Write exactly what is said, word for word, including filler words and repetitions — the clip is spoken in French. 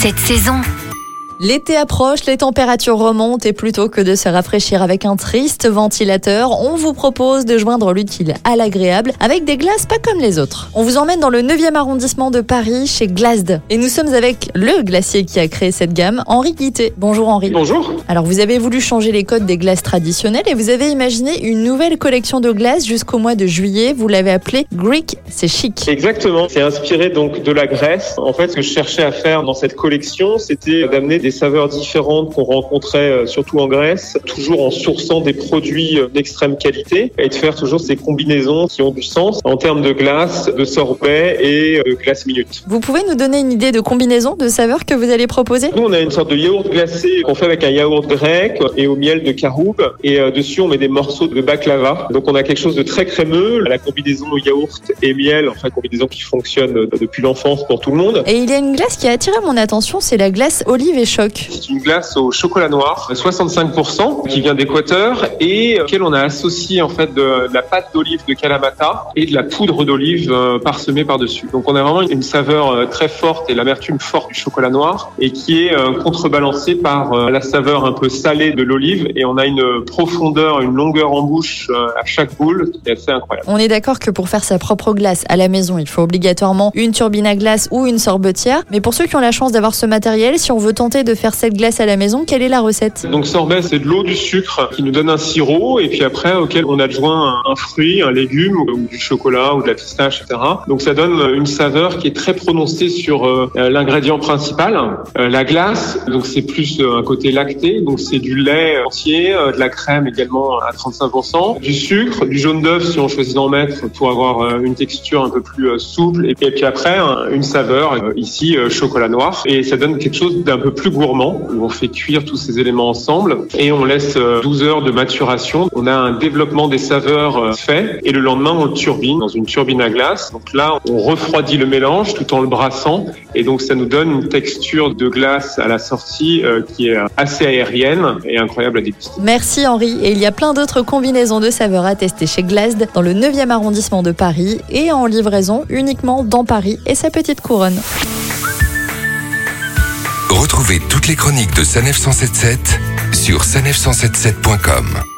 cette saison. L'été approche, les températures remontent et plutôt que de se rafraîchir avec un triste ventilateur, on vous propose de joindre l'utile à l'agréable avec des glaces pas comme les autres. On vous emmène dans le neuvième arrondissement de Paris chez Glazd. Et nous sommes avec le glacier qui a créé cette gamme, Henri Guittet. Bonjour Henri. Bonjour. Alors vous avez voulu changer les codes des glaces traditionnelles et vous avez imaginé une nouvelle collection de glaces jusqu'au mois de juillet. Vous l'avez appelée Greek, c'est chic. Exactement. C'est inspiré donc de la Grèce. En fait, ce que je cherchais à faire dans cette collection, c'était d'amener des saveurs différentes qu'on rencontrait surtout en Grèce, toujours en sourçant des produits d'extrême qualité et de faire toujours ces combinaisons qui ont du sens en termes de glace, de sorbet et de glace minute. Vous pouvez nous donner une idée de combinaison de saveurs que vous allez proposer ? Nous, on a une sorte de yaourt glacé qu'on fait avec un yaourt grec et au miel de caroube et dessus on met des morceaux de baklava. Donc on a quelque chose de très crémeux. La combinaison yaourt et miel, en fait, combinaison qui fonctionne depuis l'enfance pour tout le monde. Et il y a une glace qui a attiré mon attention, c'est la glace olive et choc. C'est une glace au chocolat noir, soixante-cinq pour cent, qui vient d'Équateur et auquel on a associé en fait de, de la pâte d'olive de Kalamata et de la poudre d'olive euh, parsemée par-dessus. Donc on a vraiment une saveur euh, très forte et l'amertume forte du chocolat noir et qui est euh, contrebalancée par euh, la saveur un peu salée de l'olive et on a une profondeur, une longueur en bouche euh, à chaque boule qui est assez incroyable. On est d'accord que pour faire sa propre glace à la maison, il faut obligatoirement une turbine à glace ou une sorbetière. Mais pour ceux qui ont la chance d'avoir ce matériel, si on veut tenter de faire cette glace à la maison, quelle est la recette ? Donc sorbet, c'est de l'eau, du sucre qui nous donne un sirop et puis après auquel on adjoint un, un fruit, un légume ou, ou du chocolat ou de la pistache, et cetera. Donc ça donne une saveur qui est très prononcée sur euh, l'ingrédient principal, euh, la glace. Donc c'est plus euh, un côté lacté, donc c'est du lait entier, euh, de la crème également à trente-cinq pour cent, du sucre, du jaune d'œuf si on choisit d'en mettre pour avoir euh, une texture un peu plus euh, souple et puis, et puis après euh, une saveur euh, ici euh, chocolat noir et ça donne quelque chose d'un peu plus gourmand. On fait cuire tous ces éléments ensemble et on laisse douze heures de maturation. On a un développement des saveurs fait et le lendemain on le turbine dans une turbine à glace. Donc là on refroidit le mélange tout en le brassant et donc ça nous donne une texture de glace à la sortie euh, qui est assez aérienne et incroyable à déguster. Merci Henri. Et il y a plein d'autres combinaisons de saveurs à tester chez Glazd dans le neuvième arrondissement de Paris et en livraison uniquement dans Paris et sa petite couronne. Retrouvez toutes les chroniques de Sanef cent soixante-dix-sept sur sanef cent soixante-dix-sept point com.